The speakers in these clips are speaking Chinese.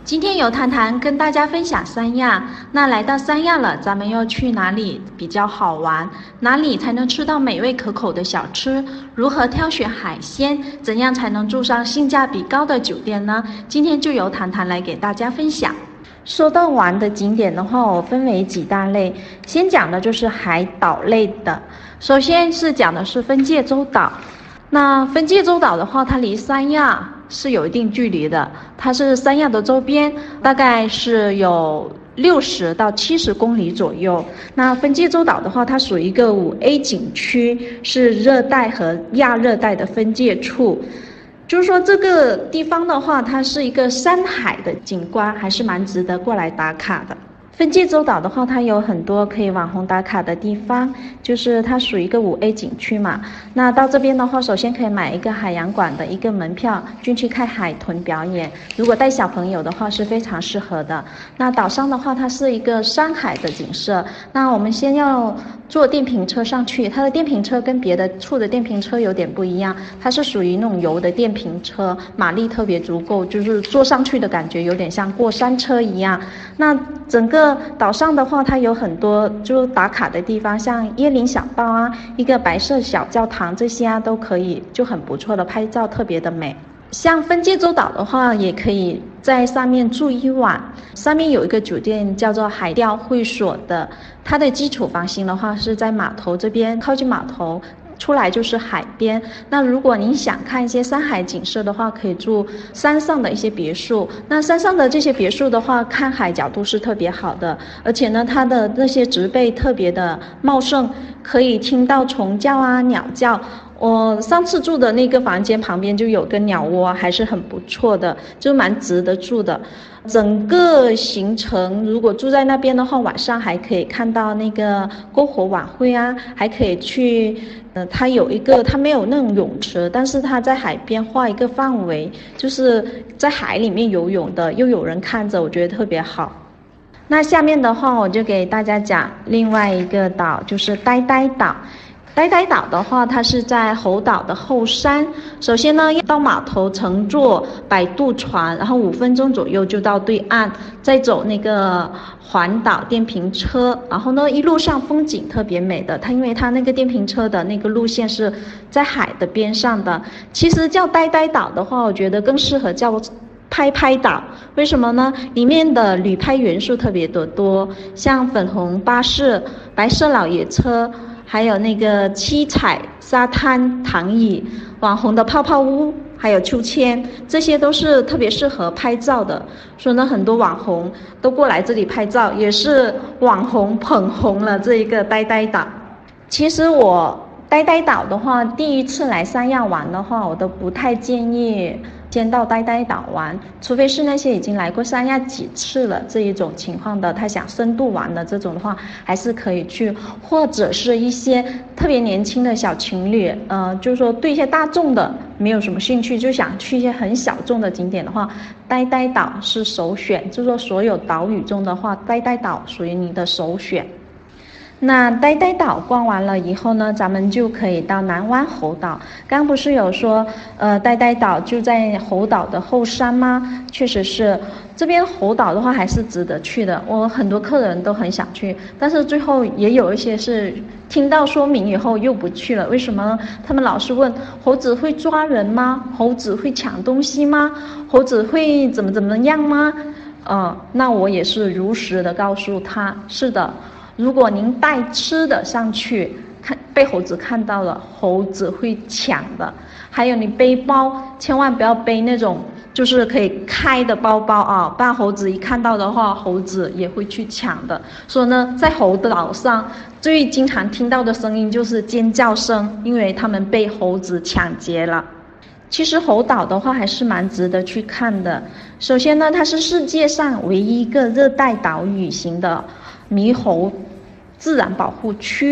今天由谈谈跟大家分享三亚。那来到三亚了，咱们要去哪里比较好玩？哪里才能吃到美味可口的小吃？如何挑选海鲜？怎样才能住上性价比高的酒店呢？今天就由谈谈来给大家分享。说到玩的景点的话，我分为几大类。先讲的就是海岛类的，首先是讲的是分界洲岛。那分界洲岛的话，它离三亚是有一定距离的，它是三亚的周边，大概是有60到70公里左右。那分界洲岛的话，它属于一个5A 景区，是热带和亚热带的分界处。就是说这个地方的话，它是一个山海的景观，还是蛮值得过来打卡的。分界洲岛的话，它有很多可以网红打卡的地方，就是它属于一个5A 景区嘛。那到这边的话，首先可以买一个海洋馆的一个门票，进去看海豚表演。如果带小朋友的话，是非常适合的。那岛上的话，它是一个山海的景色。那我们先要坐电瓶车上去，它的电瓶车跟别的处的电瓶车有点不一样，它是属于那种油的电瓶车，马力特别足够，就是坐上去的感觉有点像过山车一样。那整个岛上的话，它有很多就打卡的地方，像椰林小道啊，一个白色小教堂，这些都可以，就很不错的，拍照特别的美。像分界洲岛的话，也可以在上面住一晚。上面有一个酒店叫做海钓会所的，它的基础房型的话是在码头这边，靠近码头出来就是海边。那如果你想看一些山海景色的话，可以住山上的一些别墅。那山上的这些别墅的话，看海角度是特别好的，而且呢，它的那些植被特别的茂盛，可以听到虫叫啊、鸟叫。我上次住的那个房间旁边就有个鸟窝，还是很不错的，就蛮值得住的。整个行程如果住在那边的话，晚上还可以看到那个篝火晚会啊，还可以去它有一个，它没有那种泳池，但是它在海边画一个范围，就是在海里面游泳的，又有人看着，我觉得特别好。那下面的话，我就给大家讲另外一个岛，就是呆呆岛。呆呆岛的话，它是在猴岛的后山。首先呢，要到码头乘坐摆渡船，然后5分钟左右就到对岸，再走那个环岛电瓶车。然后呢，一路上风景特别美的。因为它那个电瓶车的那个路线是在海的边上的。其实叫呆呆岛的话，我觉得更适合叫拍拍岛。为什么呢？里面的旅拍元素特别的多，像粉红巴士、白色老爷车，还有那个七彩沙滩躺椅、网红的泡泡屋，还有秋千，这些都是特别适合拍照的。所以呢，很多网红都过来这里拍照，也是网红捧红了这一个呆呆岛。其实我呆呆岛的话，第一次来三亚玩的话，我都不太建议先到呆呆岛玩，除非是那些已经来过三亚几次了这一种情况的，他想深度玩的这种的话，还是可以去，或者是一些特别年轻的小情侣，就是说对一些大众的没有什么兴趣，就想去一些很小众的景点的话，呆呆岛是首选，就是说所有岛屿中的话，呆呆岛属于你的首选。那呆呆岛逛完了以后呢，咱们就可以到南湾猴岛。刚不是有说，呆呆岛就在猴岛的后山吗？确实是，这边猴岛的话还是值得去的。我很多客人都很想去，但是最后也有一些是听到说明以后又不去了。为什么呢？他们老是问猴子会抓人吗？猴子会抢东西吗？猴子会怎么样吗？那我也是如实的告诉他，是的。如果您带吃的上去，被猴子看到了，猴子会抢的。还有你背包，千万不要背那种就是可以开的包包啊，不然猴子一看到的话，猴子也会去抢的。所以呢，在猴岛上最经常听到的声音就是尖叫声，因为他们被猴子抢劫了。其实猴岛的话还是蛮值得去看的。首先呢，它是世界上唯一一个热带岛屿型的猕猴自然保护区。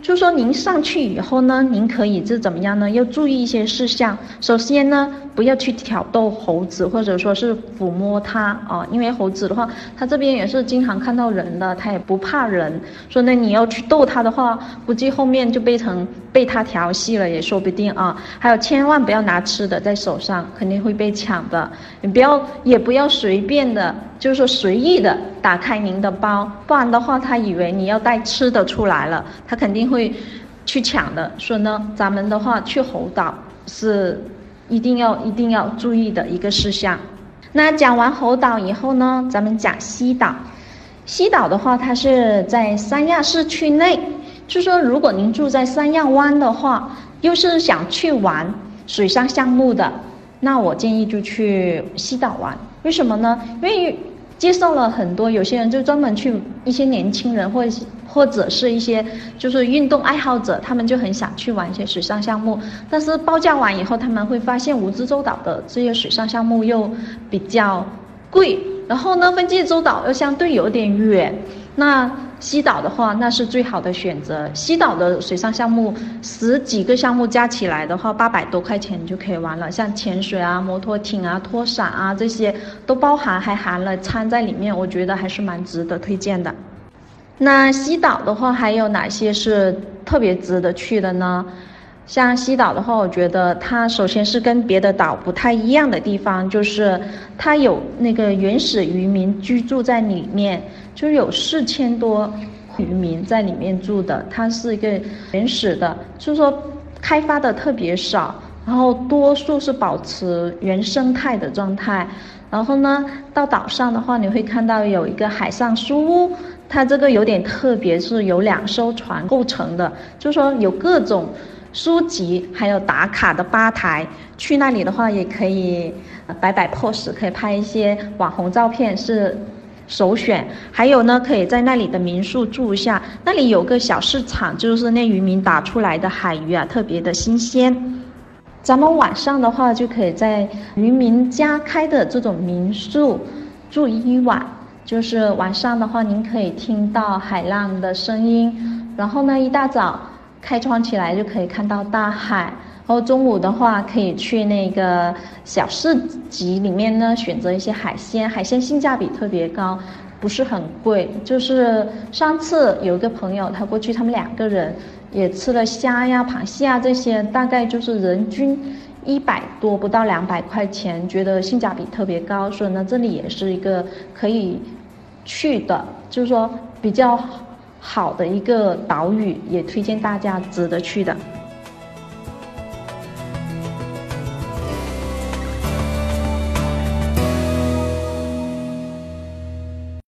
就说您上去以后呢，您可以是怎么样呢？要注意一些事项。首先呢，不要去挑逗猴子，或者说是抚摸它啊，因为猴子的话，它这边也是经常看到人的，它也不怕人。所以呢，你要去逗它的话，估计后面就被它调戏了，也说不定啊。还有，千万不要拿吃的在手上，肯定会被抢的。你也不要随便的，就是说随意的打开您的包，不然的话，他以为你要带吃的出来了，他肯定会去抢的。所以呢，咱们的话去猴岛是一定要注意的一个事项。那讲完猴岛以后呢，咱们讲西岛。西岛的话，它是在三亚市区内，就说如果您住在三亚湾的话，又是想去玩水上项目的，那我建议就去西岛玩。为什么呢？因为介绍了很多，有些人就专门去，一些年轻人或者是一些就是运动爱好者，他们就很想去玩一些水上项目，但是报价完以后，他们会发现蜈支洲岛的这些水上项目又比较贵，然后呢，分济洲岛又相对有点远。那西岛的话，那是最好的选择。西岛的水上项目10几个项目加起来的话，800多块钱就可以玩了。像潜水啊、摩托艇啊、拖伞啊这些都包含，还含了餐在里面，我觉得还是蛮值得推荐的。那西岛的话，还有哪些是特别值得去的呢？像西岛的话，我觉得它首先是跟别的岛不太一样的地方，就是它有那个原始渔民居住在里面，就有4000多渔民在里面住的。它是一个原始的，就是说开发的特别少，然后多数是保持原生态的状态。然后呢，到岛上的话，你会看到有一个海上书屋，它这个有点特别，是由2艘船构成的，就是说有各种书籍，还有打卡的吧台。去那里的话，也可以摆 pose， 可以拍一些网红照片，是首选。还有呢，可以在那里的民宿住一下，那里有个小市场，就是那渔民打出来的海鱼啊，特别的新鲜。咱们晚上的话，就可以在渔民家开的这种民宿住一晚，就是晚上的话，您可以听到海浪的声音，然后呢，一大早开窗起来就可以看到大海。然后中午的话，可以去那个小市集里面呢，选择一些海鲜，海鲜性价比特别高，不是很贵。就是上次有一个朋友他过去，他们2个人也吃了虾呀、螃蟹啊这些，大概就是人均100多，不到200块钱，觉得性价比特别高。所以呢，这里也是一个可以去的，就是说比较好的一个岛屿，也推荐大家值得去的。